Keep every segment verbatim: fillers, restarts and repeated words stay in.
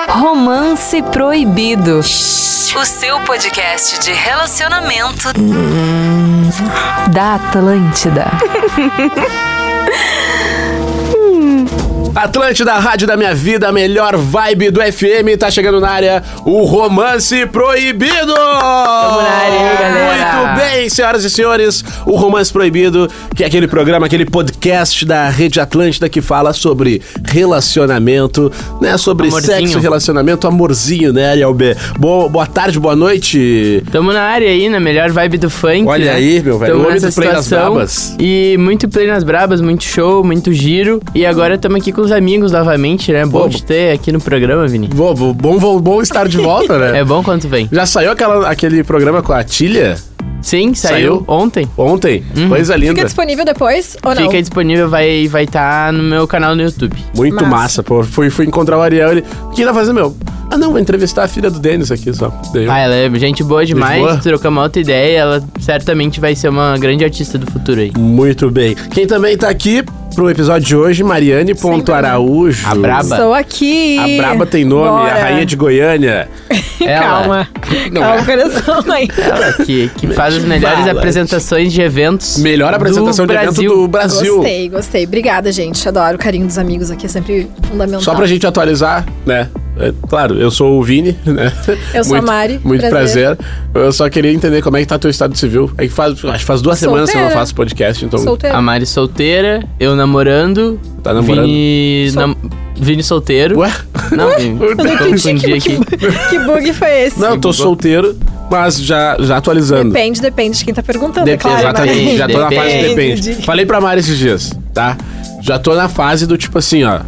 Romance Proibido. O seu podcast de relacionamento da Atlântida. Atlântida, a rádio da minha vida, a melhor vibe do F M, tá chegando na área o Romance Proibido! Tamo na área, galera! Muito bem, senhoras e senhores, o Romance Proibido, que é aquele programa, aquele podcast da Rede Atlântida que fala sobre relacionamento, né? Sobre Amorzinho. sexo, relacionamento, amorzinho, né, Ariel B? Boa, boa tarde, boa noite. Tamo na área aí, na melhor vibe do funk. Olha né? aí, meu velho, Tamo o homem nessa do Play nas situação. Brabas. E muito Play nas Brabas, muito show, muito giro. E agora tamo aqui com os amigos novamente, né? Bom Pô, te ter aqui no programa, Vini. Bom, bom, bom, bom estar de volta, né? É bom quando tu vem. Já saiu aquela, aquele programa com a Tília? Sim, saiu, Saiu? ontem. Ontem. Coisa linda. Fica disponível depois ou não? Fica disponível, vai vai tá no meu canal no YouTube. Muito massa, Massa. pô. Fui, fui encontrar o Ariel, ele... O que ele vai fazer, meu? Ah, não, vou entrevistar a filha do Denis aqui só. Daí eu- Ah, ela é gente boa demais, boa? trocamos uma outra ideia, ela certamente vai ser uma grande artista do futuro aí. Muito bem. Quem também tá aqui pro episódio de hoje, Mariane Ponto Araújo. A braba. Estou aqui. A braba tem nome, Bora. a rainha de Goiânia. Ela, Calma. Não Calma, é. coração aí. ela que, que faz as melhores Fala. apresentações de eventos. Melhor apresentação do de evento Brasil. do Brasil. Gostei, gostei. Obrigada, gente. Adoro o carinho dos amigos aqui, é sempre fundamental. Só pra gente atualizar, né? É, claro, eu sou o Vini, né? Eu sou a Mari, Muito prazer. prazer. Eu só queria entender como é que tá teu estado civil. É que faz, acho que faz duas semanas que eu não Solteira. faço podcast, então... Solteira. A Mari solteira, eu namorando. Tá namorando? Vini, Sol- nam- Vini solteiro. Ué? Não, Vini. Eu não entendi Confundi que, aqui. que, que bug foi esse? Não, eu tô solteiro, mas já, já atualizando. Depende, depende de quem tá perguntando, é Dep- claro. Exatamente, mas- já tô na fase de Depende. depende. Falei pra Mari esses dias, tá? Já tô na fase do tipo assim, ó.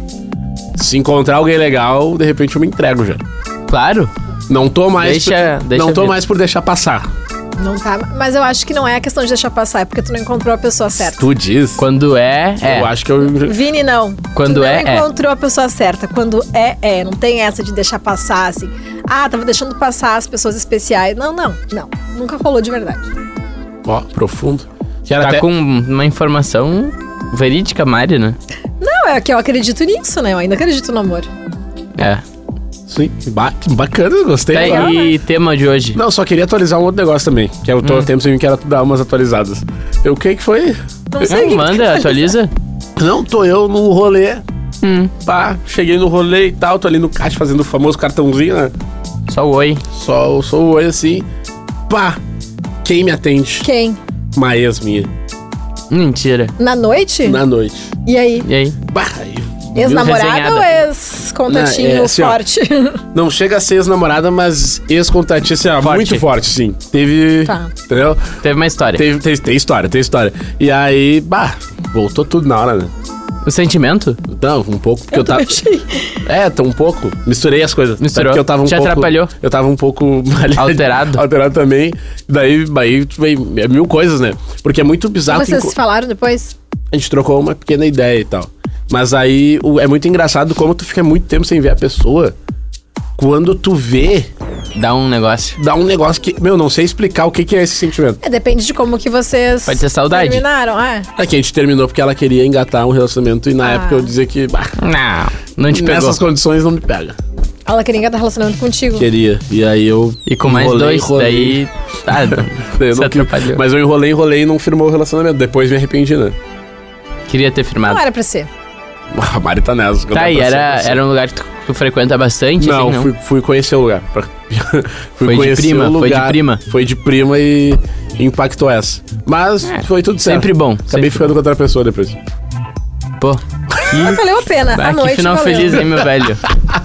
Se encontrar alguém legal, de repente eu me entrego já. Claro. Não tô mais. Deixa- por, deixa não tô vir. mais por deixar passar. Não tá, mas eu acho que não é a questão de deixar passar, é porque tu não encontrou a pessoa certa. Tu diz. Quando é, é. Eu acho que eu. Vini, não. Quando tu não é, é. encontrou a pessoa certa. Quando é, é. Não tem essa de deixar passar, assim. Ah, tava deixando passar as pessoas especiais. Não, não, não. Nunca rolou de verdade. Ó, profundo. Quero Tá até. com uma informação verídica, Mari, né? Não, é que eu acredito nisso, né? Eu ainda acredito no amor. É. Sim, ba- que bacana, gostei. Tá agora. aí, tema de hoje. Não, só queria atualizar um outro negócio também. Que eu tô há tempo sem quero dar umas atualizadas. Eu, o que que foi? Não sei o Não, que que manda, tá atualiza. Não, tô eu no rolê. Hum, Pá, cheguei no rolê e tal, tô ali no caixa fazendo o famoso cartãozinho, né? só o oi. Só, só o oi assim. Pá, quem me atende? Quem? Uma ex minha. Mentira. Na noite? Na noite. E aí? E aí? Bah, aí, Ex-namorada resenhada. ou ex-contatinho Não, é, assim, ó. forte? não chega a ser ex-namorada, mas ex-contatinha, assim, ó, Forte. muito forte, sim. Teve. Tá. Entendeu? Teve uma história. Teve, teve- tem história, tem história. E aí, bah, voltou tudo na hora, né? O sentimento? Não, um pouco, porque eu, Eu tava. também achei. É, tô um pouco. Misturei as coisas. Misturou. Porque eu tava um Te pouco. atrapalhou? Eu tava um pouco. Alterado. Alterado também. Daí, daí veio é mil coisas, né? Porque é muito bizarro. Vocês que se falaram depois? a gente trocou uma pequena ideia e tal. Mas aí o- é muito engraçado como tu fica muito tempo sem ver a pessoa. Quando tu vê, Dá um negócio. dá um negócio que, meu, não sei explicar o que, que é esse sentimento. É, depende de como que vocês Pode ser saudade. terminaram. É. É que a gente terminou porque ela queria engatar um relacionamento e na Ah. época eu dizia que, bah, Não, não te pegou. nessas condições não me pega. Ela queria engatar relacionamento contigo. Queria. E aí eu. E com mais enrolei, dois, enrolei. daí... Ah, Eu você não quis- atrapalhou. Mas eu enrolei, enrolei e não firmou o relacionamento. Depois me arrependi, né? Queria ter firmado. Não era pra ser. A Mari tá nessa. Tá, e era, era um lugar que tu, tu frequenta bastante, Não, assim, não? Fui, fui conhecer o lugar. Pra- fui Foi de conhecer prima, o foi de lugar. prima. Foi de prima e impactou essa. Mas É, foi tudo certo. sempre bom, Acabei sempre ficando com outra pessoa depois. Pô, Mas valeu a pena. ah, a que noite final valeu. feliz, hein, meu velho?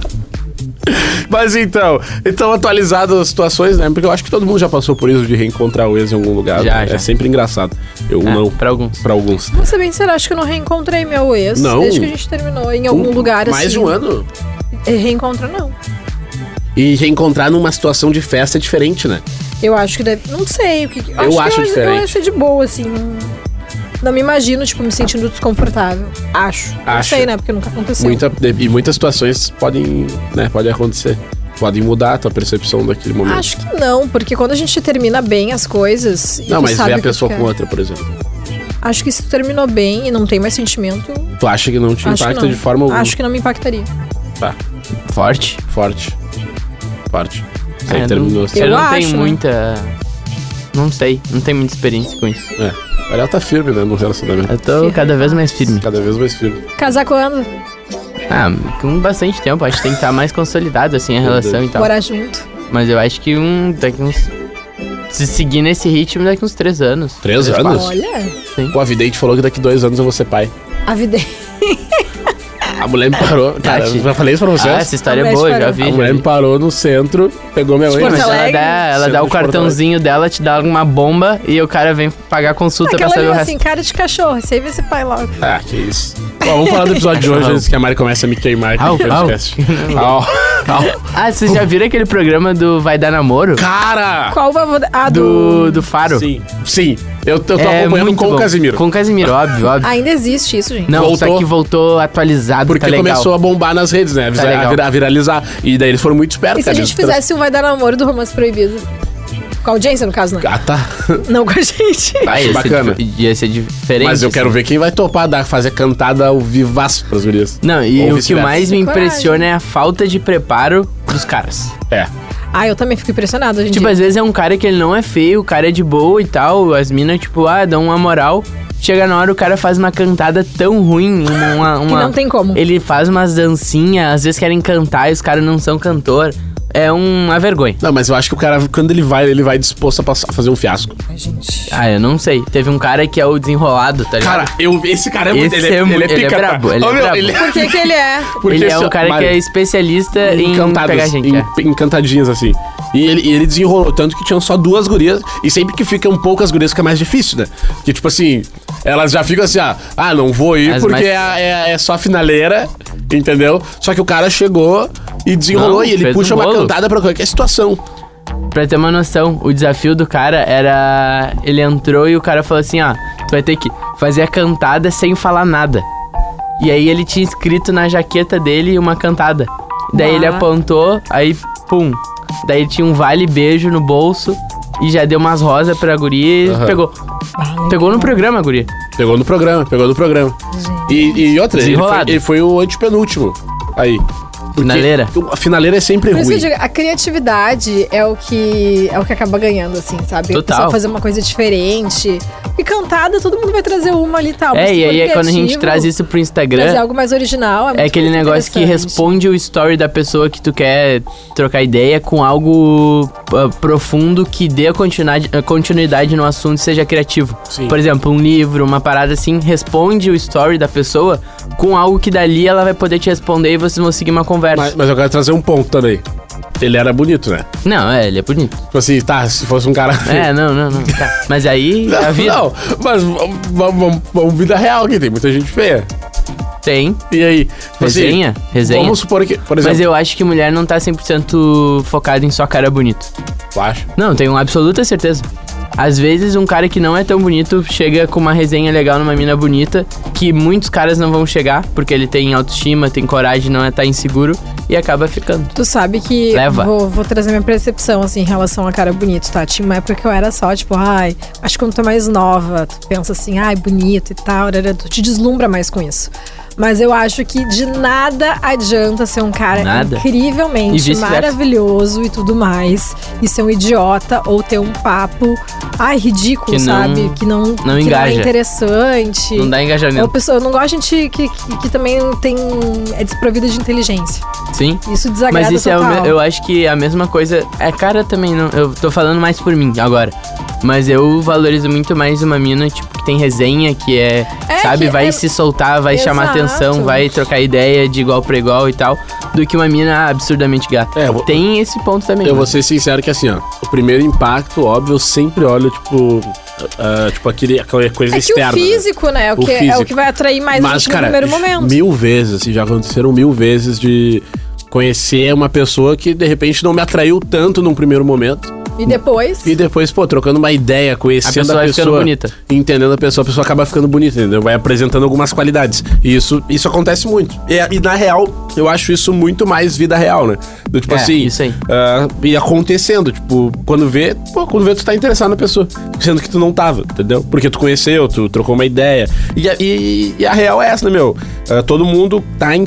Mas então, então atualizado as situações, né? Porque eu acho que todo mundo já passou por isso de reencontrar o ex em algum lugar. Já, né? já. É sempre engraçado. Eu É, não. pra alguns. Pra alguns. Vou ser bem sincera, acho que eu não reencontrei meu ex. Não? Desde que a gente terminou em algum Um- lugar Mais assim. de um ano. Reencontro não. E reencontrar numa situação de festa é diferente, né? Eu acho que deve. Não sei o que. que- Eu acho que eu, diferente. Eu ia ser de boa, assim. Não, não me imagino, tipo, me sentindo desconfortável. Acho. Não Acho. sei, né? Porque nunca aconteceu. Muita, e muitas situações podem, né, podem acontecer. Podem mudar a tua percepção daquele momento. Acho que não, porque quando a gente termina bem as coisas. e Não, tu mas sabe ver a o que tu pessoa quer. com outra, por exemplo. Acho que se tu terminou bem e não tem mais sentimento. Tu acha que não te acho que impacta não. de forma alguma? Acho que não me impactaria. Tá. Forte. Forte. Forte. Isso aí É, terminou. não, assim. eu Eu não acho, tenho né? muita... Não sei, não tenho muita experiência com isso. É. A Ariel tá firme, né, no relacionamento. Eu tô cada vez mais firme. Cada vez mais firme. Casar quando? Ah, com bastante tempo. Acho que tem que estar mais consolidado, assim, a relação e tal. Morar junto. Mas eu acho que um... Daqui uns... Se seguir nesse ritmo, daqui uns três anos. Três anos? quatro. Olha, Sim. Pô, a Vidente falou que daqui dois anos eu vou ser pai. a vida. A mulher me parou. Cara, eu Tati. já falei isso pra vocês. Ah, essa história é A mulher boa, te já parou. vi. A já mulher vi. me parou no centro, pegou minha mãe. Porto Mas ela Alegre? dá, ela Centro dá o de Porto cartãozinho dela, te dá uma bomba e o cara vem pagar consulta pra Aquela saber ali, o resto. assim, cara de cachorro. Esse aí vai ser pai logo. Ah, que isso. Bom, vamos falar do episódio de hoje antes que a Mari comece a me queimar aqui Au, no podcast. Au. Au. Ah, vocês já viram aquele programa do Vai Dar Namoro? Cara! Qual o vovô? Ah, do... Do, do Faro. Sim, sim. Eu, eu tô É acompanhando muito com bom. o Casimiro. Com o Casimiro, óbvio, óbvio. Ainda existe isso, gente. Não, voltou. só que voltou atualizado, Porque tá legal. começou a bombar nas redes, né? A, visa- Tá legal. a vira- a viralizar. E daí eles foram muito espertos. E se a cara. gente Eles fizesse o Vai Dar Namoro do Romance Proibido? Com a audiência, no caso, né? trans- Ah, tá. Não com a gente. Ah, ia Bacana. Ser, dif- ia ser diferente. Mas eu quero assim. ver quem vai topar dar, fazer cantada ao vivaço pras gurias. Não, e Ou o que vice-versa. mais me Coragem. impressiona é a falta de preparo dos caras. É. Ah, eu também fico impressionado hoje em Tipo, dia. às vezes é um cara que ele não é feio, o cara é de boa e tal, as minas, tipo, ah, dão uma moral. Chega na hora, o cara faz uma cantada tão ruim, uma... uma Que não tem como. Ele faz umas dancinhas, às vezes querem cantar e os caras não são cantor. É uma vergonha. Não, mas eu acho que o cara, quando ele vai, ele vai disposto a passar- a fazer um fiasco. Ai, gente. Ah, eu não sei. Teve um cara que é o desenrolado, tá ligado? Cara, eu, esse cara é muito... Esse Ele é, é mu- ele é ele é pica, brabo, tá? ele é Ô, meu, brabo. ele Por que que ele é? Porque ele é assim, um cara Mari, que é especialista em encantadas, pegar gente. em- é. encantadinhas, assim. E ele, e ele desenrolou, tanto que tinham só duas gurias, e sempre que ficam poucas gurias fica mais difícil, né? Porque, tipo assim, elas já ficam assim, ah, ah não vou ir As porque mais- é, é, é só a finaleira, entendeu? Só que o cara chegou e desenrolou, Não, e ele fez puxa um uma bolo. cantada pra qualquer situação. Pra ter uma noção, o desafio do cara era... Ele entrou e o cara falou assim, ó, tu vai ter que fazer a cantada sem falar nada. E aí ele tinha escrito na jaqueta dele uma cantada. Daí Ah. ele apontou, aí pum. Daí tinha um vale beijo no bolso e já deu umas rosas pra guria e Aham. pegou. Pegou no programa, a guria. Pegou no programa, pegou no programa. E, e outra, ele foi, Desenrolado. ele foi o antepenúltimo. Aí. Porque Finaleira. A finaleira é sempre Por isso ruim. que eu digo, a criatividade é o que é o que acaba ganhando, assim, sabe? Total. A pessoa fazer uma coisa diferente. E cantada, todo mundo vai trazer uma ali e tal. mas É, se e for aí é quando a gente criativo, traz isso pro trazer Instagram. algo mais original. É, É muito aquele mais negócio que interessante. responde o story da pessoa que tu quer trocar ideia com algo ah, profundo que dê a continuidade, a continuidade no assunto e seja criativo. Sim. Por exemplo, um livro, uma parada assim, responde o story da pessoa com algo que dali ela vai poder te responder e vocês vão seguir uma conversa. Mas, mas eu quero trazer um ponto também. Ele era bonito, né? Não, é, ele é bonito. Tipo assim, tá, se fosse um cara... É, não, não, não. Tá. Mas aí é a vida Não, mas vamos, vamos, vamos vida real aqui, tem muita gente feia. tem. E aí? Tipo assim, Resenha, resenha. Vamos supor que, por exemplo... Mas eu acho que mulher não tá cem por cento focada em só cara bonito. Eu acho. Não, tenho absoluta certeza. Às vezes um cara que não é tão bonito chega com uma resenha legal numa mina bonita, que muitos caras não vão chegar, porque ele tem autoestima, tem coragem, não é tá inseguro, e acaba ficando. Tu sabe que Leva. Vou, vou trazer minha percepção, assim, em relação a cara bonito, tá? Tinha uma época que eu era só, tipo, ai, acho que quando tu é mais nova, tu pensa assim, ai, bonito e tal, tu te deslumbra mais com isso. Mas eu acho que de nada adianta ser um cara Nada. E incrivelmente vice-versa. maravilhoso e tudo mais, e ser um idiota ou ter um papo, ai, ridículo, Que não- sabe? Que não, que não engaja. é interessante. Não dá Ou engajamento. pessoa, eu não gosto de gente que, que, que também tem, é desprovida de inteligência. Sim. Isso desagrada Mas isso é o total. me- eu acho que a mesma coisa. É cara também, não. Eu tô falando mais por mim agora. Mas eu valorizo muito mais uma mina, tipo, que tem resenha, que é, É, sabe, que vai é- se soltar, vai chamar Exato. atenção, vai trocar ideia de igual pra igual e tal, do que uma mina absurdamente gata. É, eu vou- Tem esse ponto também. Eu né? vou ser sincero que assim, ó, o primeiro impacto, óbvio, eu sempre olho, tipo, ah, tipo aquele, aquela coisa É que externa. o físico, né? É o, O que, é físico. o que vai atrair mais a Mas, gente cara, no primeiro momento. mil vezes, assim, já aconteceram mil vezes de conhecer uma pessoa que, de repente, não me atraiu tanto num primeiro momento. E depois. E depois, pô, trocando uma ideia, conhecendo A pessoa a vai pessoa, ficando bonita. entendendo a pessoa, a pessoa acaba ficando bonita, entendeu? Vai apresentando algumas qualidades. E isso, isso acontece muito. E, e na real, eu acho isso muito mais vida real, né? Do, tipo É, assim, isso aí. ah, e acontecendo, tipo, quando vê, pô, quando vê, tu tá interessado na pessoa. Sendo que tu não tava, entendeu? Porque tu conheceu, tu trocou uma ideia. E, a- e, e a real é essa, né, meu? Ah, todo mundo tá em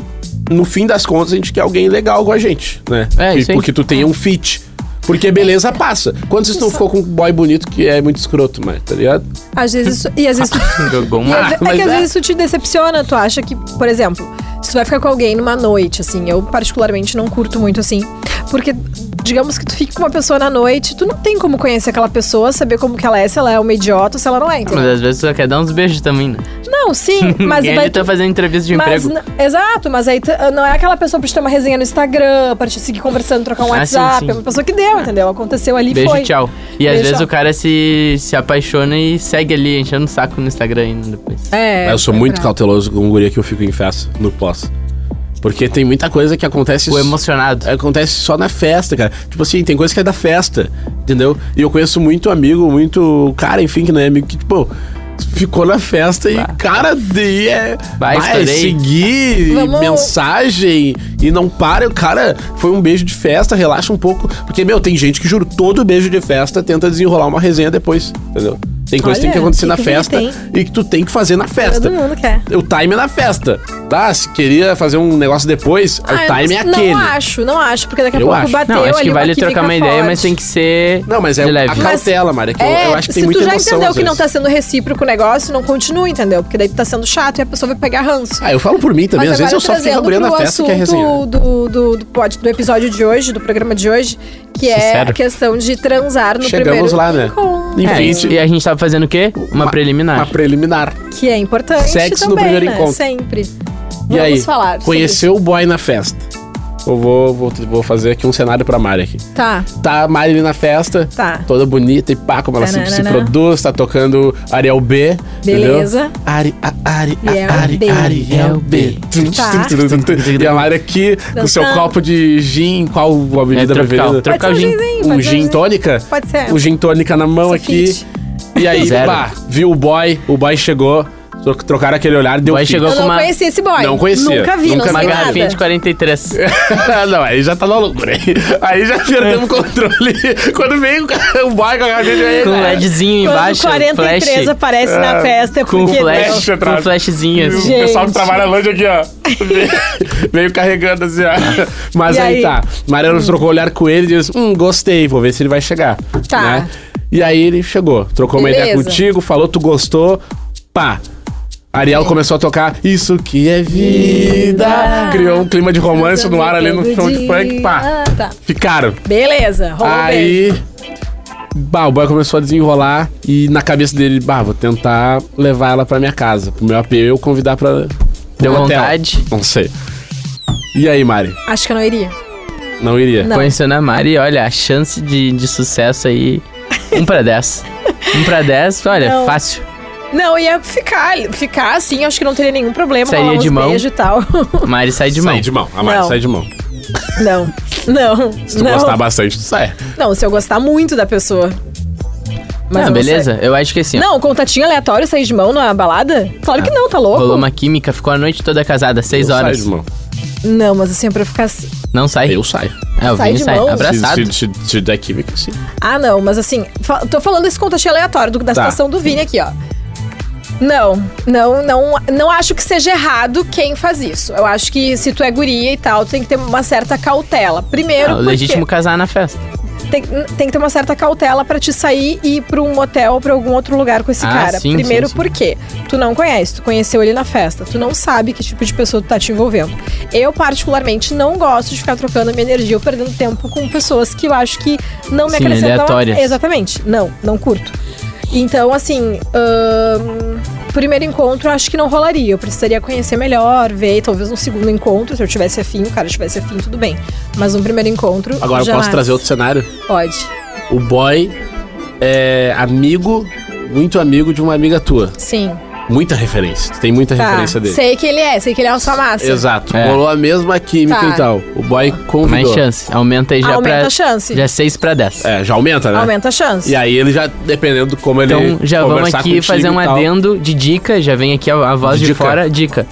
no fim das contas, a gente quer alguém legal com a gente, né? É, isso aí. Porque tu tenha um fit. Porque beleza passa. Quando você não ficou com um boy bonito que é muito escroto, mas, tá ligado? Às vezes isso, e às vezes tu, Jogou e uma... às ve- é mas que às é. vezes isso te decepciona, tu acha que, por exemplo, se tu vai ficar com alguém numa noite, assim, eu particularmente não curto muito assim, porque digamos que tu fique com uma pessoa na noite, tu não tem como conhecer aquela pessoa, saber como que ela é, se ela é uma idiota ou se ela não é, entendeu? Mas às vezes tu só quer dar uns beijos também, né? Não, sim, mas Ninguém vai ali tá fazendo entrevista de mas, emprego. n- exato, mas aí tu- não é aquela pessoa pra te ter uma resenha no Instagram, pra te seguir conversando, trocar um Ah, sim, WhatsApp. sim. É uma pessoa que deu, entendeu? Aconteceu ali, Beijo foi. e tchau. E às Beijo, vezes tchau. o cara se, se apaixona e segue ali, enchendo o saco no Instagram ainda depois. É, eu sou é muito brabo. cauteloso com guria que eu fico em festa, no pós. Porque tem muita coisa que acontece... O emocionado. Acontece só na festa, cara. Tipo assim, tem coisa que é da festa, entendeu? E eu conheço muito amigo, muito cara, enfim, que não é amigo, que, tipo, ficou na festa e, Bah. cara, daí é. Vai, vai estourei. seguir, Vamos- mensagem, e não para. O cara foi um beijo de festa, relaxa um pouco. Porque, meu, tem gente que, juro, todo beijo de festa tenta desenrolar uma resenha depois, entendeu? Tem coisa que tem que Olha, acontecer que na que festa tem? e que tu tem que fazer na festa. Todo mundo quer. O time é na festa, tá? Se queria fazer um negócio depois, Ah, o eu time é não, aquele. Não acho, não acho, porque daqui a Eu pouco acho. bateu Não, acho ali que vale uma trocar uma química ideia, forte. mas tem que ser Não, mas é de leve. a cautela, Mari. Que eu, É, eu acho que tem se muita tu já emoção. entendeu às que não vezes. tá sendo recíproco o negócio, não continua, entendeu? Porque daí tu tá sendo chato e a pessoa vai pegar ranço. Ah, eu falo por mim também. Mas Às vezes eu agora só fico trazendo abrindo a pro festa que é resenha. assunto do, do, do, pod- do episódio de hoje, do programa de hoje, que é Sincero. a questão de transar no Chegamos primeiro lá, né? encontro. É, Enfim, e a gente tava fazendo o quê? Uma, preliminar. Uma preliminar. Que é importante Sexo no também, primeiro né? encontro. Sempre. E Vamos aí, falar sobre conheceu o boy na festa. Eu vou, vou, vou fazer aqui um cenário pra Mari aqui. isso. Tá, Tá a Mari ali na festa, tá. toda bonita e pá, como ela se, se Tananana. produz, tá tocando Ariel B. Beleza. Entendeu? Ari, a, Ari, a, Ariel Ari, B. Ariel B. Tá. E a Mari aqui, com seu Dançando. copo de gin, qual a bebida É, tropical. preferida? Tropical Pode ser gin. um ginzinho, Um pode ser gin tônica? Pode ser. O gin tônica na mão Sou aqui. fit. E aí, Zero. pá, viu o boy, o boy chegou, tro- trocaram aquele olhar, deu boy fit. chegou Eu com não uma- conhecia esse boy. Não conhecia. Nunca vi, Nunca não Uma sei vi. garrafinha de nada. quarenta e três. Não, aí já tá na loucura. Aí, aí já perdemos o controle. Quando vem o, cara, o boy com a garrafinha de aí, Com um né? LEDzinho Quando embaixo, quarenta e três flash. aparece na festa é Com porque... flash, Flash com atrás. flashzinho O assim. Gente. pessoal que trabalha longe aqui, ó. Veio, veio carregando assim, ó. Mas E aí, aí? tá. Mariano trocou o olhar com ele e disse: Hum, gostei, vou ver se ele vai chegar. Tá. Né? E aí ele chegou, trocou uma ideia Beleza. contigo, falou, tu gostou. Pá. Ariel começou a tocar Isso que é vida. Criou um clima de romance no ar ali no Todo som de dia. funk. Pá. Ah, tá. Ficaram. Beleza, rolou um beijo. Aí. Bah, o boy começou a desenrolar e na cabeça dele, bah, vou tentar levar ela pra minha casa, pro meu A P, eu convidar pra. Deu pro hotel. vontade. Não sei. E aí, Mari? Acho que eu não iria. Não iria? Não. Conhecendo a Mari, olha, a chance de, de sucesso aí, um pra dez. Um pra dez, olha, Não. fácil. Não, ia ficar, ficar assim, acho que não teria nenhum problema. Sairia rolar uns de mão. beijo e tal. Mari sai de mão. Sai de mão. A Mari Não. sai de mão. Não, não, Se tu não. gostar bastante, tu sai. Não, se eu gostar muito da pessoa. Mas Ah, eu não beleza, eu acho que assim, sei. ó, Não, contatinho aleatório sair de mão na balada? Claro que não, tá louco? rolou uma química, ficou a noite toda casada, seis Eu horas. saio de mão. Não, mas assim, é pra ficar assim. Não sai? Eu saio. É, o Sai Vini de sai, mão? abraçado. Se, se, se, se der química, sim. Ah, não, mas assim, fa- tô falando esse contatinho aleatório do- da Tá. situação do Vini aqui, ó. Não, não, não, não acho que seja errado quem faz isso. Eu acho que se tu é guria e tal, tu tem que ter uma certa cautela. Primeiro, É, o porque legítimo casar na festa. tem, tem que ter uma certa cautela pra te sair e ir pra um motel ou pra algum outro lugar com esse Ah, cara. sim, Primeiro sim, sim. porque tu não conhece, tu conheceu ele na festa, tu não sabe que tipo de pessoa tu tá te envolvendo. Eu, particularmente, não gosto de ficar trocando minha energia ou perdendo tempo com pessoas que eu acho que não me Sim, acrescentam. aleatórias. Exatamente. Não, não curto. Então, assim, ahn, primeiro encontro eu acho que não rolaria. Eu precisaria conhecer melhor, ver, talvez um segundo encontro, se eu tivesse afim, o cara tivesse afim, tudo bem. Mas um primeiro encontro. Agora eu jamais. posso trazer outro cenário? Pode. O boy é amigo, muito amigo de uma amiga tua. Sim. Muita referência. Tu tem muita Tá. referência dele. Sei que ele é, sei que ele é uma sua massa. Exato. É. Rolou a mesma química Tá. e tal. O boy Mais convidou. chance. Aumenta aí já Aumenta pra... a chance. Já seis pra dez. É, já aumenta, né? Aumenta a chance. E aí ele já, dependendo de como ele Então já vamos conversar aqui contigo fazer um e tal. adendo de dica. Já vem aqui a, a voz de, Dica. fora. Dica.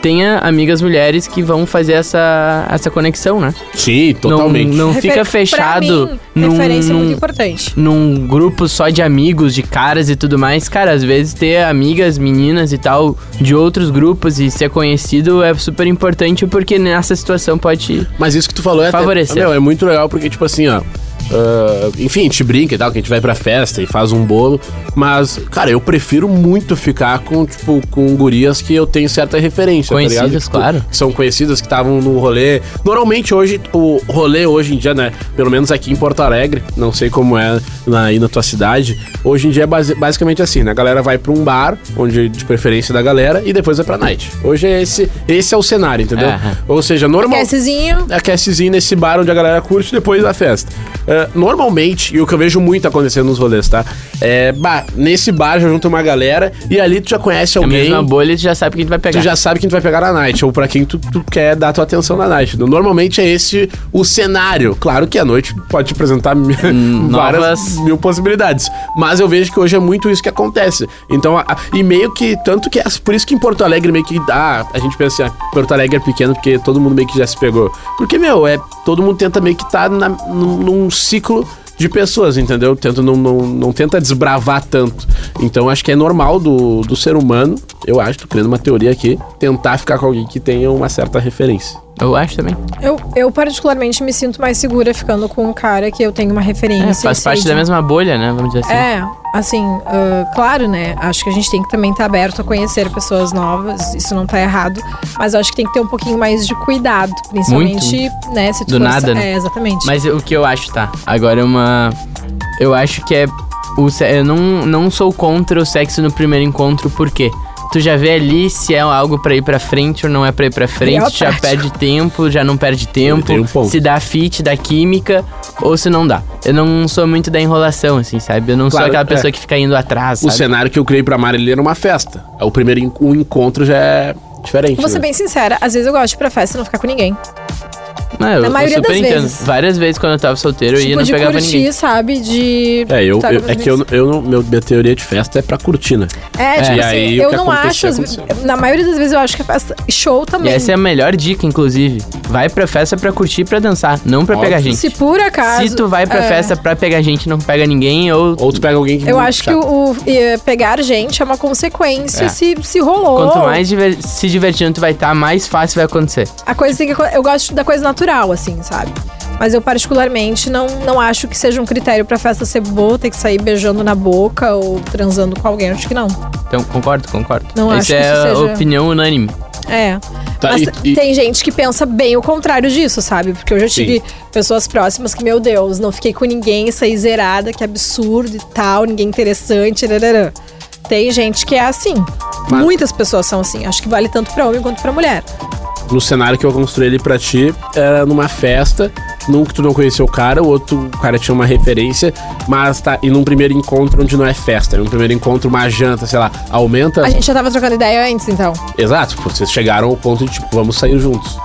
tenha amigas mulheres que vão fazer essa, essa conexão, né? Sim, totalmente. Não, não Refer- fica fechado pra mim, num, referência é num, muito importante. num grupo só de amigos, de caras e tudo mais. Cara, às vezes ter amigas, meninas e tal, de outros grupos e ser conhecido é super importante, porque nessa situação pode... Mas isso que tu falou é até- Favorecer. meu, é muito legal porque, tipo assim, ó. Uh, enfim, a gente brinca e tal, que a gente vai pra festa e faz um bolo. Mas, cara, eu prefiro muito ficar com, tipo, com gurias que eu tenho certa referência, Conhecidas, tá ligado? Tipo, claro. que são conhecidas, que estavam no rolê. Normalmente hoje, o rolê hoje em dia, né? Pelo menos aqui em Porto Alegre, não sei como é na, aí na tua cidade. Hoje em dia é base, basicamente assim, né? A galera vai pra um bar, onde de preferência da galera, e depois vai pra night. Hoje é esse, esse é o cenário, entendeu? Aham. Ou seja, normal. Aquecezinho. Aquecezinho nesse bar onde a galera curte depois da festa. É, normalmente, e o que eu vejo muito acontecendo nos rolês, tá? É, bah, nesse bar já junta uma galera e ali tu já conhece A alguém. mesma bolha, tu já sabe quem tu vai pegar. Tu já sabe quem tu vai pegar na night, ou pra quem tu, tu quer dar tua atenção na night. Normalmente é esse o cenário. Claro que a noite pode te apresentar mi- várias novas- mil possibilidades. Mas eu vejo que hoje é muito isso que acontece. Então, a- a- e meio que, tanto que, é por isso que em Porto Alegre meio que, ah, a gente pensa assim, ah, Porto Alegre é pequeno porque todo mundo meio que já se pegou. Porque, meu, é, todo mundo tenta meio que tá na, num, num ciclo de pessoas, entendeu? Tenta, não, não, não tenta desbravar tanto. Então acho que é normal do, do ser humano, eu acho, tô criando uma teoria aqui, tentar ficar com alguém que tenha uma certa referência. Eu acho também. Eu, eu particularmente me sinto mais segura ficando com um cara que eu tenho uma referência. É, faz sei parte de- da mesma bolha, né? Vamos dizer assim. É, assim, ah, claro, né? Acho que a gente tem que também estar aberto a conhecer pessoas novas, isso não tá errado. Mas eu acho que tem que ter um pouquinho mais de cuidado, principalmente, né? Se tu Do for- nada, né? É, exatamente. Mas o que eu acho, tá? Agora é uma... Eu acho que é... O se... Eu não, não sou contra o sexo no primeiro encontro, por quê? Tu já vê ali se é algo pra ir pra frente ou não é pra ir pra frente, Real tu já prático. perde tempo, já não perde tempo, Tem um ponto. se dá fit, dá química, ou se não dá. Eu não sou muito da enrolação, assim, sabe? Eu não Claro, sou aquela é. pessoa que fica indo atrás, O sabe? cenário que eu criei pra Marília era uma festa. O primeiro en- o encontro já é diferente. Vou ser né? bem sincera, às vezes eu gosto de ir pra festa e não ficar com ninguém. Não, eu, Na eu maioria super das entendo. vezes. Várias vezes quando eu tava solteiro, eu ia e tipo, não de pegava curtir, ninguém. sabe? De. É, eu, tá eu- com é que eu, amigos. eu não, meu, minha teoria de festa é pra curtir, né? É, tipo E assim, aí, o eu que não acontecer, acho. aconteceu. Na maioria das vezes eu acho que a festa. Show E também. essa é a melhor dica, inclusive. Vai pra festa pra curtir e pra dançar, não pra Óbvio. pegar gente. Se por acaso. Se tu vai pra é, festa pra pegar gente, não pega ninguém, ou Ou tu pega alguém que... Eu acho que o, o, eh, pegar gente é uma consequência É. se, se rolou. quanto mais diver- se divertindo tu vai estar, mais fácil vai acontecer. A coisa tem que. Eu gosto da coisa natural, assim, sabe? Mas eu, particularmente, não, não acho que seja um critério pra festa ser boa, ter que sair beijando na boca ou transando com alguém. Acho que não. Então, concordo, concordo. Não Essa acho que é isso a seja- opinião unânime. É. Tá, Mas e- e- tem gente que pensa bem o contrário disso, sabe? Porque eu já tive pessoas próximas que, meu Deus, não fiquei com ninguém, saí zerada, que absurdo e tal, ninguém interessante, rarará. Tem gente que é assim. Mas- Muitas pessoas são assim. Acho que vale tanto pra homem quanto pra mulher. No cenário que eu construí ali pra ti, era numa festa, num que tu não conheceu o cara, o outro o cara tinha uma referência, mas tá, e num primeiro encontro onde não é festa, é um primeiro encontro, uma janta, sei lá, aumenta... A gente já tava trocando ideia antes, então. Exato, vocês chegaram ao ponto de, tipo, vamos sair juntos.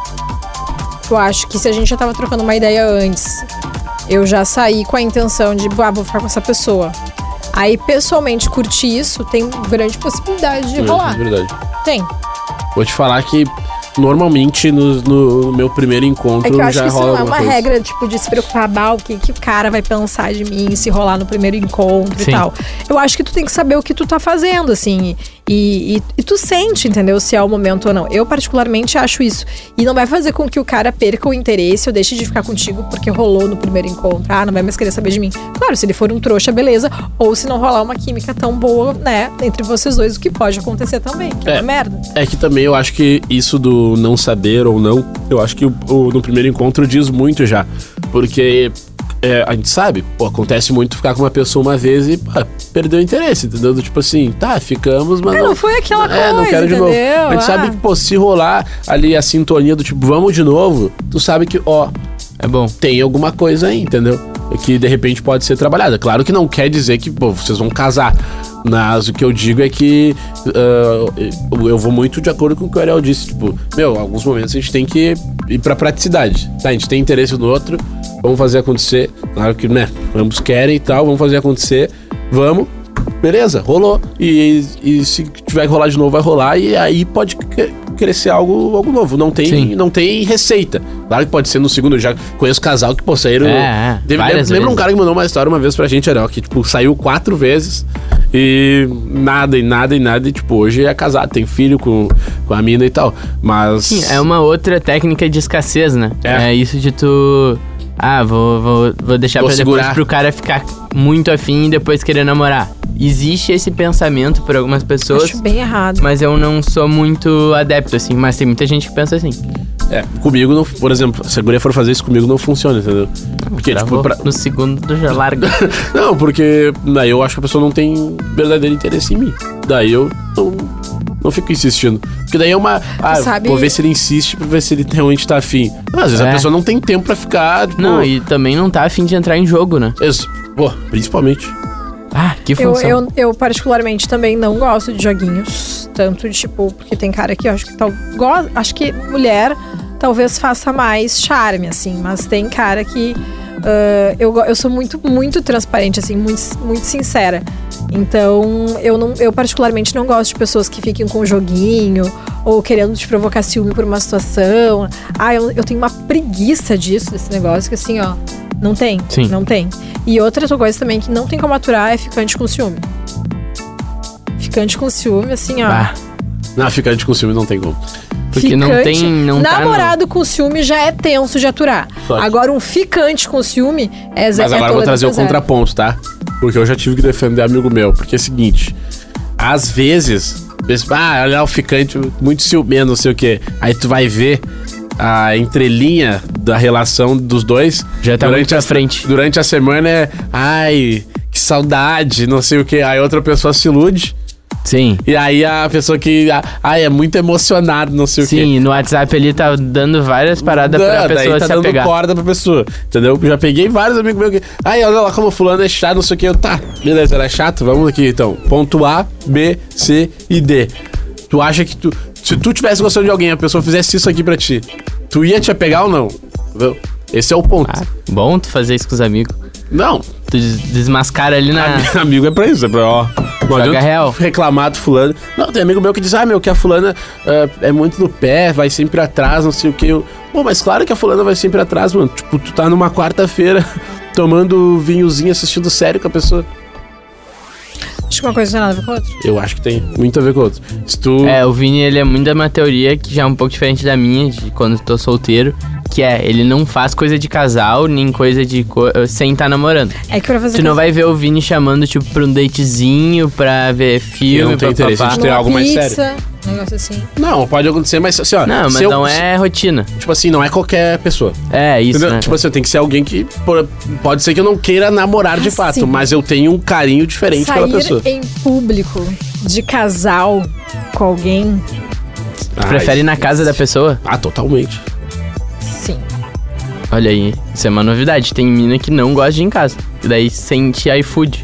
Eu acho que se a gente já tava trocando uma ideia antes, eu já saí com a intenção de, ah, vou ficar com essa pessoa. Aí, pessoalmente, curtir isso, tem grande possibilidade de É, rolar. verdade. Tem. Vou te falar que, normalmente, no, no meu primeiro encontro, É que eu acho já que isso rola não é alguma uma coisa. regra, tipo, de se preocupar, bah, o que, que o cara vai pensar de mim se rolar no primeiro encontro Sim. e tal. Eu acho que tu tem que saber o que tu tá fazendo, assim, e, e, e tu sente, entendeu, se é o momento ou não. Eu, particularmente, acho isso. E não vai fazer com que o cara perca o interesse ou deixe de ficar contigo porque rolou no primeiro encontro. Ah, não vai mais querer saber de mim. Claro, se ele for um trouxa, beleza. Ou se não rolar uma química tão boa, né, entre vocês dois, o que pode acontecer também, que é, É. uma merda. É que também eu acho que isso do não saber ou não, eu acho que o, o- no primeiro encontro diz muito já. Porque é, a gente sabe, pô, acontece muito ficar com uma pessoa uma vez e pá, perdeu o interesse, entendeu? Do tipo assim, tá, ficamos, mas É, não foi aquela é, não coisa, quero de novo. entendeu? A gente Ah. sabe que, pô, se rolar ali a sintonia do tipo, vamos de novo, tu sabe que, ó, É bom. tem alguma coisa aí, entendeu? Que de repente pode ser trabalhada. Claro que não quer dizer que, pô, vocês vão casar. Mas o que eu digo é que ah, eu- eu vou muito de acordo com o que o Ariel disse. Tipo, meu, em alguns momentos a gente tem que ir pra praticidade. Tá, a gente tem interesse no outro, vamos fazer acontecer. Claro que, né, ambos querem e tal, vamos fazer acontecer. Vamos, beleza, rolou. E, e se tiver que rolar de novo, vai rolar. E aí pode cri- querer ser algo, algo novo. Não tem, não tem receita. Claro que pode ser no segundo. Eu já conheço casal que, pô, saíram... É, é, Deve, lembra vezes. um cara que mandou uma história uma vez pra gente, era, ó, que, tipo, saiu quatro vezes e nada, e nada, e nada. E, tipo, hoje é casado, tem filho com, com a mina e tal. Mas... Sim, é uma outra técnica de escassez, né? É. É isso de tu... Ah, vou, vou, vou deixar Vou pra segurar. depois pro cara ficar muito afim e depois querer namorar. Existe esse pensamento por algumas pessoas, Acho bem errado. mas eu não sou muito adepto, assim. Mas tem muita gente que pensa assim. É, comigo, não, por exemplo, se a guria for fazer isso comigo, não funciona, entendeu? Porque, tipo, Travou pra... no segundo tu já larga. Não, porque daí eu acho que a pessoa não tem verdadeiro interesse em mim. Daí eu não, não fico insistindo. Porque daí é uma... Ah, sabe- vou ver se ele insiste pra ver se ele realmente tá afim. Não, às vezes É. a pessoa não tem tempo pra ficar, tipo... Não, e também não tá afim de entrar em jogo, né? Isso. Pô, principalmente. Ah, que Eu, função. eu, eu particularmente também não gosto de joguinhos. Tanto, tipo, porque tem cara que eu acho que tal. Go, acho que mulher talvez faça mais charme, assim. Mas tem cara que. ah, eu, go- eu sou muito, muito transparente, assim, muito, muito sincera. Então, eu, não, eu particularmente não gosto de pessoas que fiquem com um joguinho ou querendo te provocar ciúme por uma situação. Ah, eu, eu tenho uma preguiça disso, desse negócio, que assim, ó, não tem. Sim. Não tem. E outra coisa também que não tem como aturar é ficante com ciúme. Ficante com ciúme, assim, ó. Bah, Não, ficar de ciúme não tem como. porque não Ficante, tem... Não tá no- namorado com ciúme já é tenso de aturar. Sorte. Agora, um ficante com ciúme é zero. Mas agora eu vou trazer o contraponto, tá? Porque eu já tive que defender amigo meu. Porque é o seguinte, às vezes, pensa, ah, olha o ficante muito ciumento, não sei o quê. Aí tu vai ver a entrelinha da relação dos dois. Já tá muito a, à frente. Durante a semana é, ai, que saudade, não sei o quê. Aí outra pessoa se ilude. Sim. E aí a pessoa que, ai, é muito emocionado, não sei o quê. Sim, no WhatsApp ele tá dando várias paradas pra Não, daí pessoa tá se dando apegar. corda pra pessoa, entendeu? Já peguei vários amigos meus que... Ai, olha lá como fulano é chato, não sei o que. Eu, tá, beleza, ela é chato, vamos aqui então. Ponto A, B, C e D. Tu acha que tu... Se tu tivesse gostando de alguém, a pessoa fizesse isso aqui pra ti, tu ia te apegar ou não? Entendeu? Esse é o ponto. Ah, bom tu fazer isso com os amigos. Não, Tu des- desmascara ali na... ami- amigo é pra isso, é pra, ó... Não Joga adianta real. reclamar do fulano. Não, tem amigo meu que diz, ah, meu, que a fulana ah, é muito no pé, vai sempre atrás, não sei o que. Eu, Pô, mas claro que a fulana vai sempre atrás, mano. Tipo, tu tá numa quarta-feira tomando vinhozinho, assistindo série com a pessoa. Acho que uma coisa não tem nada a ver com a outra. Eu acho que tem muito a ver com o outro. Se tu... É, o Vini, ele é muito da minha teoria, que já é um pouco diferente da minha, de quando eu tô solteiro, que é, ele não faz coisa de casal, nem coisa de... Co sem estar namorando. É que pra fazer Tu não vai ver o Vini chamando, tipo, pra um datezinho, pra ver filme, Eu não tenho pra interesse papá. de ter algo mais pizza, sério. um negócio assim. Não, pode acontecer, mas assim, ó... Não, mas se eu- não é rotina. Tipo assim, não é qualquer pessoa. É, isso, Entendeu? né? Tipo assim, tem que ser alguém que... pô, pode ser que eu não queira namorar de Ah, fato, sim. mas eu tenho um carinho diferente pela pessoa. Sair em público de casal com alguém, Ah, Prefere ir na isso- casa da pessoa? Ah, totalmente. sim. Olha aí, isso é uma novidade. Tem mina que não gosta de ir em casa. E daí sente iFood.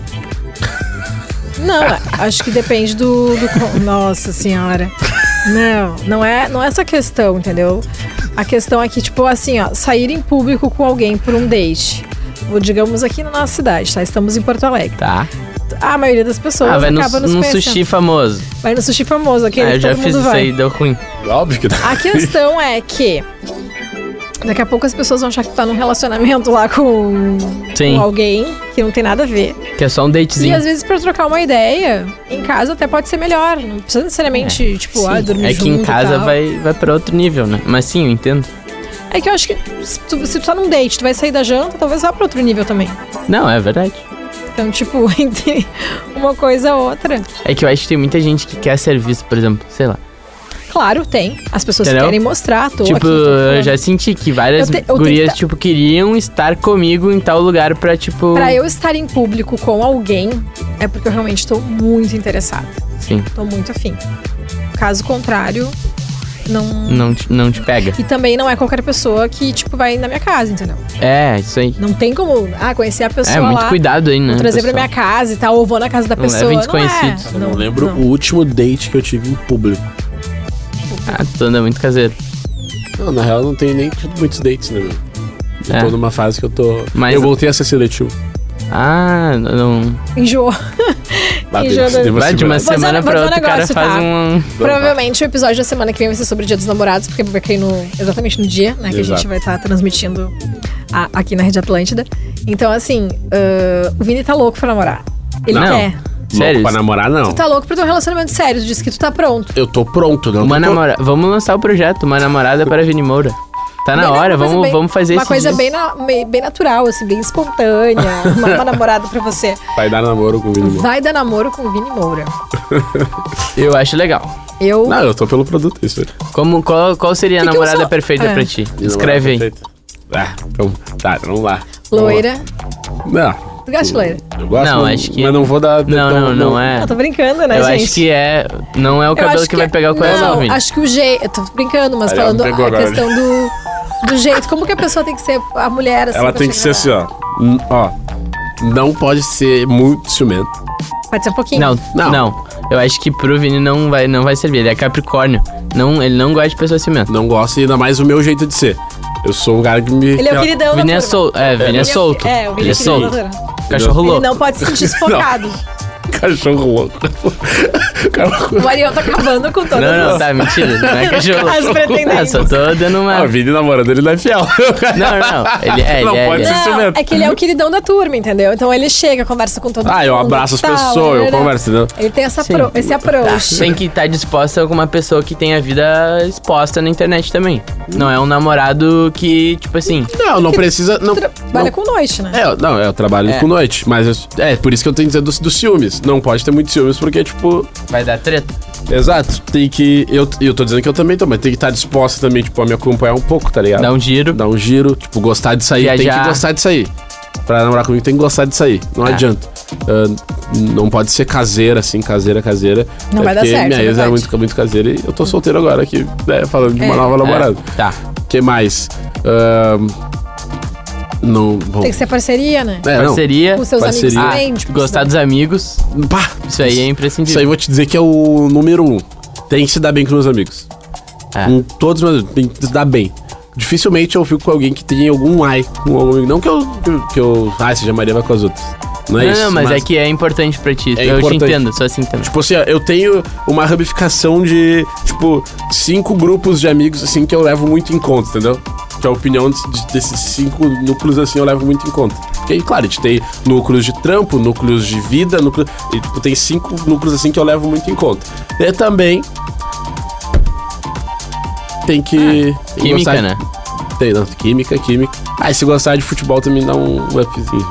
Não, acho que depende do, do co- Nossa senhora. Não, não é, não é essa questão, entendeu? A questão é que, tipo, assim, ó, sair em público com alguém por um date. Ou digamos aqui na nossa cidade, tá? Estamos em Porto Alegre. Tá? A maioria das pessoas Ah, vai no, acaba nos num conhecendo. sushi famoso. Vai no sushi famoso, aquele Ah, eu que já todo fiz mundo isso vai. aí, deu ruim. Óbvio que dá. A questão é que daqui a pouco as pessoas vão achar que tu tá num relacionamento lá com, Sim. com alguém que não tem nada a ver. Que é só um E datezinho. às vezes pra trocar uma ideia, em casa até pode ser melhor. Não precisa necessariamente, tipo, Sim, ah, dormir é junto que em e casa tal. vai, vai pra outro nível, né? Mas sim, eu entendo. É que eu acho que se tu, se tu tá num date, tu vai sair da janta, talvez vá pra outro nível também. Não, é verdade. Então, tipo, entre uma coisa ou outra. É que eu acho que tem muita gente que quer ser visto, por exemplo, sei lá. Claro, tem. As pessoas Entendeu? querem mostrar, tô tipo, aqui, tô eu falando. já senti que várias Eu te- eu gurias, tenta- tipo, queriam estar comigo em tal lugar pra, tipo... Pra eu estar em público com alguém, é porque eu realmente tô muito interessada. Sim, Tô muito afim. Caso contrário, não... não te, não te pega. E também não é qualquer pessoa que, tipo, vai na minha casa, entendeu? É, isso aí. Não tem como, ah, conhecer a pessoa É, muito lá, cuidado aí, né? vou trazer pra pessoal? minha casa e tal, ou vou na casa da Não pessoa. levem Não desconhecidos. é. Eu não, lembro não. o último date que eu tive em público. Ah, tu anda muito caseiro. Não, na real, não tenho nem tido muitos dates, né, meu? Eu É. tô numa fase que eu tô... Mas- Eu voltei a ser seletivo. Ah, não... Enjoou. Lá tem- Enjoando. tem uma Vai de uma segurança. semana vou pra dizer um outra, o cara negócio, faz tá? um... Provavelmente o episódio da semana que vem vai ser sobre o Dia dos Namorados, porque vai cair no, exatamente no dia, né? Que Exato. a gente vai estar transmitindo a- aqui na Rede Atlântida. Então, assim, ah, o Vini tá louco pra namorar. Ele Não. quer. Sério? Louco pra namorar, não. Tu tá louco pra ter um relacionamento sério. Tu disse que tu tá pronto. Eu tô pronto, não. Uma tô- namora... Vamos lançar o projeto, Uma Namorada para Vini Moura. Tá na Bem- hora, uma coisa vamos, bem- vamos fazer Uma esse coisa dia. bem, na- bem, bem natural, assim, bem espontânea. uma, uma namorada pra você. Vai dar namoro com o Vini Moura. Vai dar namoro com o Vini Moura. Eu acho legal. Eu. Não, eu tô pelo produto, isso aí. Como, qual, qual seria a Que que eu namorada sou? perfeita É. pra ti? Vini Escreve aí. Moura, perfeito. Ah, então, tá, vamos lá. Loira. Vamos lá. Não. Tu gosta de loira? Eu gosto, Não, mas, acho que- mas não vou dar... Não, não, não é. Eu tô brincando, né, Eu gente? acho que é. Não é o Eu cabelo acho que, vai pegar o coração, Não, Vini. acho que o jeito. Eu tô brincando, mas Aí falando ela me pegou a agora. questão do, do jeito. Como que a pessoa tem que ser a mulher assim? Ela pra tem que ser assim, chegar ó. N- Ó, não pode ser muito ciumento. lá? Pode ser um pouquinho. Não, Não. não, Eu acho que pro Vini não vai, não vai servir. Ele é Capricórnio. Não, ele não gosta de pessoa ciumenta. Não gosto e ainda mais o meu jeito de ser. Eu sou um cara que me... Ele é o queridão da Vini é turma. solto. É, Vini é solto. É, o Vini Ele é é queridão solto. da turma. Cachorro Ele louco. não pode se sentir sufocado. Cachorro louco. O Marião tá acabando com todas Não, não, as... tá, mentira. Não é cachorro As louco. pretendentes. Ah, só tô dando uma... Ah, o Vini namorando, ele não é fiel. Não, não. Ele é, Não ele é, pode ele é. ser Não, ciumento. é que ele é o queridão da turma, entendeu? Então ele chega, conversa com todo mundo. Ah, eu abraço as tal, pessoas, eu né? converso, entendeu? Ele tem essa Sim. pro- esse approach. Tem que estar disposta com uma pessoa que tem a vida exposta na internet também. Não é um namorado que, tipo assim... Não, não precisa... Não, Trabalha não, com noite, né? É, não, eu trabalho É. com noite, mas eu- é por isso que eu tenho que dizer dos, dos ciúmes. Não pode ter muitos ciúmes, porque, tipo, Vai dar treta. exato, tem que. Eu, eu tô dizendo que eu também tô, mas tem que estar disposta também, tipo, a me acompanhar um pouco, tá ligado? Dá um giro. Dar um giro, tipo, gostar de sair. Tem Viajar. que gostar de sair. Pra namorar comigo tem que gostar de sair. Não É. adianta. Ah, não pode ser caseira, assim, caseira, caseira. Não É vai dar porque certo, minha é ex era verdade. muito, muito caseira e eu tô solteiro agora aqui, né, falando de uma É. nova namorada. É, tá. O que mais? Ahn, não. Bom. Tem que ser parceria, né? É, não. Parceria. Com seus Parceria. amigos Ah, também. Tipo, gostar dos amigos. Pá, Isso aí é Isso aí imprescindível. eu vou te dizer que é o número um. Tem que se dar bem com meus amigos. É. Com todos os meus amigos. Tem que se dar bem. Dificilmente eu fico com alguém que tem algum ai com algum amigo. Não que eu, que eu, que eu ai, seja Maria vai com as outras. Não é Não, isso. não, mas, é que é importante pra ti. É eu importante. te entendo, sou assim também. Tipo assim, ó, eu tenho uma ramificação de, tipo, cinco grupos de amigos, assim, que eu levo muito em conta, entendeu? Que a opinião de- de- desses cinco núcleos, assim, eu levo muito em conta. Porque aí, claro, a gente tem núcleos de trampo, núcleos de vida, núcleos... E, tipo, tem cinco núcleos, assim, que eu levo muito em conta. E também... Tem que... tem que Química, gostar- né? Tem, não, química, química. Ah, e se gostar de futebol também dá um upzinho.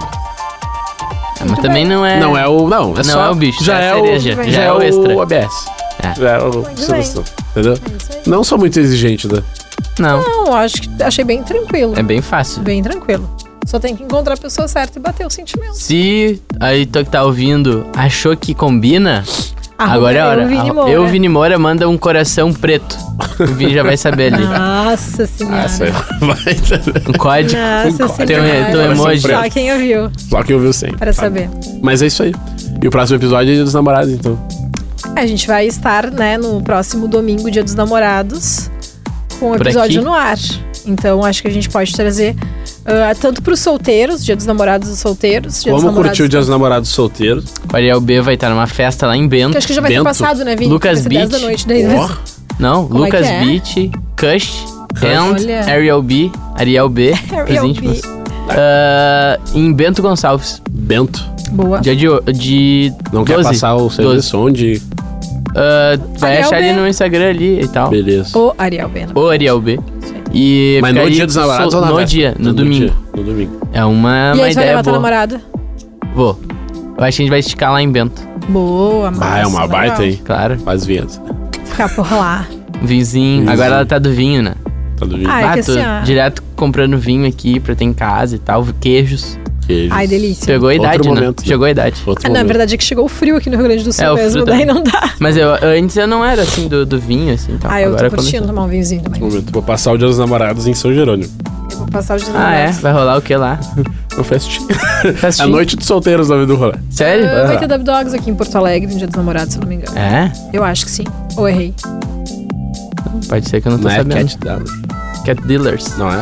Ah, mas também não é. Não é o... Não, é Não só... é o bicho, já é é, a o... cereja, Já, já é é o extra. o A B S. É. Já é o... bem. solução, entendeu? É isso aí. Não sou muito exigente, né? Não. Não, acho que achei bem tranquilo. É bem fácil. Bem tranquilo. Só tem que encontrar a pessoa certa e bater o sentimento. Se aí tu que tá ouvindo achou que combina, Arroba agora é a hora. eu, Vini Arro- Moura. Eu, Vini Moura, manda um coração preto. O Vini já vai saber ali. Nossa senhora. Ah, sei lá. Vai. Um código. Nossa um Tem um, senhora. tem um emoji. Só quem ouviu, Só que eu vi sem. para saber. Mas é isso aí. E o próximo episódio é Dia dos Namorados, então. A gente vai estar, né, no próximo domingo, Dia dos Namorados, com o Por episódio aqui? no ar. Então, acho que a gente pode trazer ah, tanto pros solteiros, Dia dos Namorados dos solteiros, Dia dos Vamos Namorados... curtir o Dia dos Namorados solteiros. O Ariel B vai estar numa festa lá em Que Bento. acho que já vai Bento. ter passado, né, Vini? Lucas Vai ser dez da Beach. noite, daí Ó, Não, Como é Lucas que é? Beach, Kush, and Olha. Ariel B. Ariel B. Ariel Os íntimos. B. Ah, em Bento Gonçalves. Bento. Boa. Dia de, ho- de Não doze. quer passar o serviço onde? Ah, vai Ariel achar B. ali no Instagram ali e tal. Beleza. O Ariel B. O Ariel B. E Mas fica no ali Dia dos Namorados sol- ou na No véspera? dia, no, domingo. dia, no domingo. É uma, E uma aí, tu vai ideia levar tua boa. namorada? Vou. Eu acho que a gente vai esticar lá em Bento. Boa, massa. Ah, é uma legal. baita, hein? Claro. Faz vinheta. Ficar por lá. Vinzinho. Vinzinho. Agora ela tá do vinho, né? Tá do vinho. Ah, é que tô assim, ó. direto comprando vinho aqui pra ter em casa e tal. Queijos. Queijo. Ai, delícia. Chegou a Outro idade, né? momento, né? Chegou a idade. Outro Ah, não, a momento. verdade é que chegou o frio aqui no Rio Grande do Sul É, o mesmo, frio daí também. não dá. Mas eu, antes eu não era assim do, do vinho, assim. Tal. Ah, eu Agora tô curtindo começou. tomar um vinhozinho também. Outro momento. Vou passar o Dia dos Namorados em São Jerônimo. Eu vou passar os dias Ah, é? namorados. Vai rolar o que lá? Uma festinha. Festinha? A noite dos solteiros, o nome do rolê. Sério? Ah, vai ter Dub Dogs aqui em Porto Alegre no Dia dos Namorados, se eu não me engano. É? Eu acho que sim. Ou errei. Pode ser que eu não tô Não é sabendo. Cat Dallas. Cat Dealers. Não é?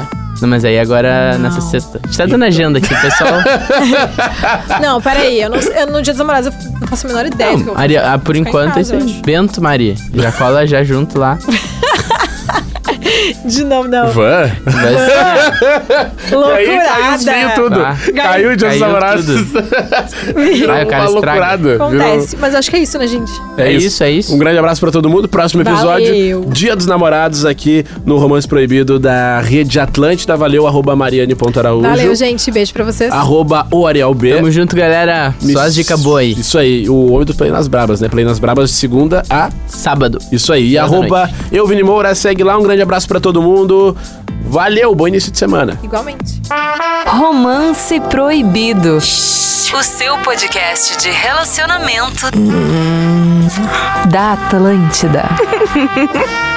Não, mas aí agora Não. nessa sexta. A gente tá dando agenda aqui, pessoal. Não, peraí. Eu não, eu, no dia dos namorados eu não faço a menor ideia do que eu Não, vou Maria, fazer. ah, por Vou ficar em enquanto é casa, isso eu aí. acho. Bento, Maria. Já cola já junto lá. De novo, não. Van? Vai ser- E aí caiu os fios tudo. Ah. Caiu o dia dos Caiu namorados. Virou Vai, o cara uma estraga. loucurada. Acontece. Mas acho que é isso, né, gente? É isso, é isso. Um grande abraço pra todo mundo. Próximo episódio, Valeu. Dia dos Namorados, aqui no Romance Proibido da Rede Atlântida. Valeu, arroba mariane.araújo. Valeu, gente. Beijo pra vocês. Arroba o Ariel B. Tamo junto, galera. Só as dicas boas aí. Isso aí, o homem do Play nas Brabas, né? Play nas Brabas de segunda a... Sábado. Isso aí. E Boa arroba eu, Vini Moura, segue lá. Um grande abraço pra todo mundo. Valeu, bom início de semana. Igualmente. Romance Proibido. O seu podcast de relacionamento da Atlântida.